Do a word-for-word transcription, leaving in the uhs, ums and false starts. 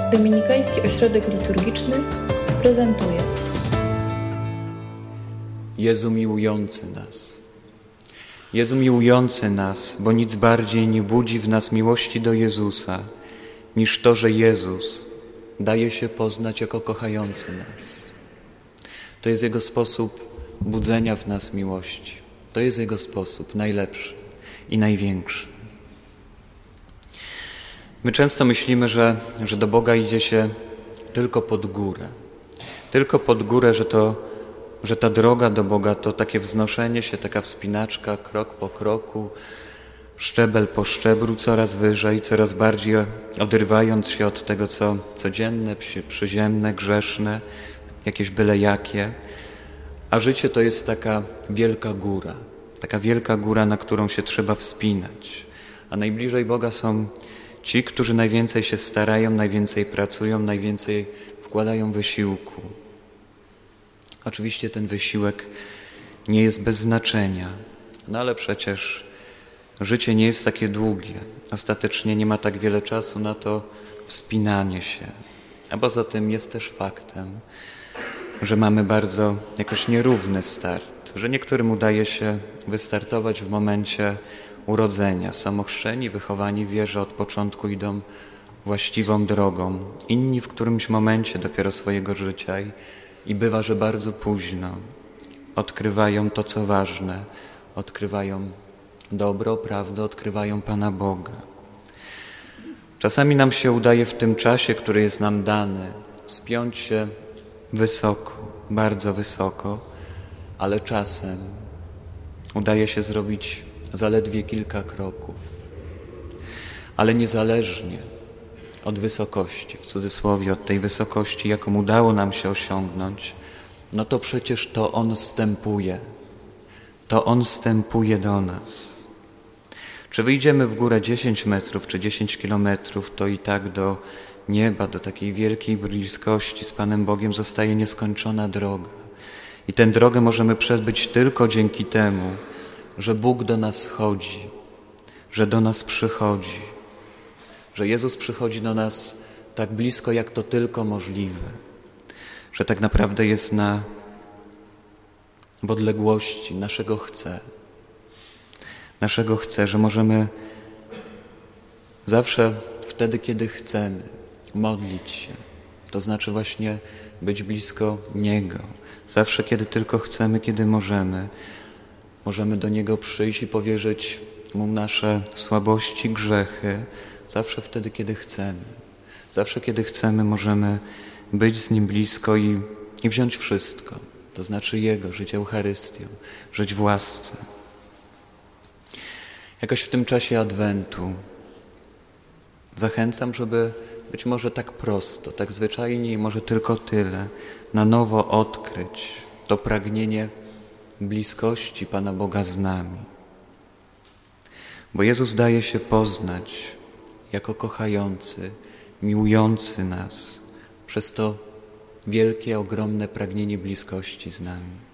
Dominikański Ośrodek Liturgiczny prezentuje Jezu miłujący nas. Jezu miłujący nas, bo nic bardziej nie budzi w nas miłości do Jezusa, niż to, że Jezus daje się poznać jako kochający nas. To jest Jego sposób budzenia w nas miłości. To jest Jego sposób najlepszy i największy. My często myślimy, że, że do Boga idzie się tylko pod górę. Tylko pod górę, że, to, że ta droga do Boga to takie wznoszenie się, taka wspinaczka, krok po kroku, szczebel po szczeblu, coraz wyżej, coraz bardziej odrywając się od tego, co codzienne, przyziemne, grzeszne, jakieś byle jakie. A życie to jest taka wielka góra, taka wielka góra, na którą się trzeba wspinać. A najbliżej Boga są ci, którzy najwięcej się starają, najwięcej pracują, najwięcej wkładają wysiłku. Oczywiście ten wysiłek nie jest bez znaczenia, no ale przecież życie nie jest takie długie. Ostatecznie nie ma tak wiele czasu na to wspinanie się. A poza tym jest też faktem, że mamy bardzo jakoś nierówny start, że niektórym udaje się wystartować w momencie urodzenia. Są ochrzczeni, wychowani w wierze, od początku idą właściwą drogą. Inni w którymś momencie dopiero swojego życia i, i bywa, że bardzo późno odkrywają to, co ważne, odkrywają dobro, prawdę, odkrywają Pana Boga. Czasami nam się udaje w tym czasie, który jest nam dany, wspiąć się wysoko, bardzo wysoko, ale czasem udaje się zrobić zaledwie kilka kroków. Ale niezależnie od wysokości, w cudzysłowie od tej wysokości, jaką udało nam się osiągnąć, no to przecież to On zstępuje. To On zstępuje do nas. Czy wyjdziemy w górę dziesięć metrów, czy dziesięć kilometrów, to i tak do nieba, do takiej wielkiej bliskości z Panem Bogiem zostaje nieskończona droga. I tę drogę możemy przebyć tylko dzięki temu, że Bóg do nas schodzi, że do nas przychodzi, że Jezus przychodzi do nas tak blisko, jak to tylko możliwe, że tak naprawdę jest na w odległości naszego chce, naszego chce, że możemy zawsze wtedy, kiedy chcemy, modlić się, to znaczy właśnie być blisko Niego. Zawsze, kiedy tylko chcemy, kiedy możemy, możemy do Niego przyjść i powierzyć Mu nasze słabości, grzechy. Zawsze wtedy, kiedy chcemy. Zawsze, kiedy chcemy, możemy być z Nim blisko i, i wziąć wszystko. To znaczy Jego, żyć Eucharystią, żyć w łasce. Jakoś w tym czasie Adwentu zachęcam, żeby być może tak prosto, tak zwyczajnie i może tylko tyle, na nowo odkryć to pragnienie bliskości Pana Boga z nami. Bo Jezus daje się poznać jako kochający, miłujący nas przez to wielkie, ogromne pragnienie bliskości z nami.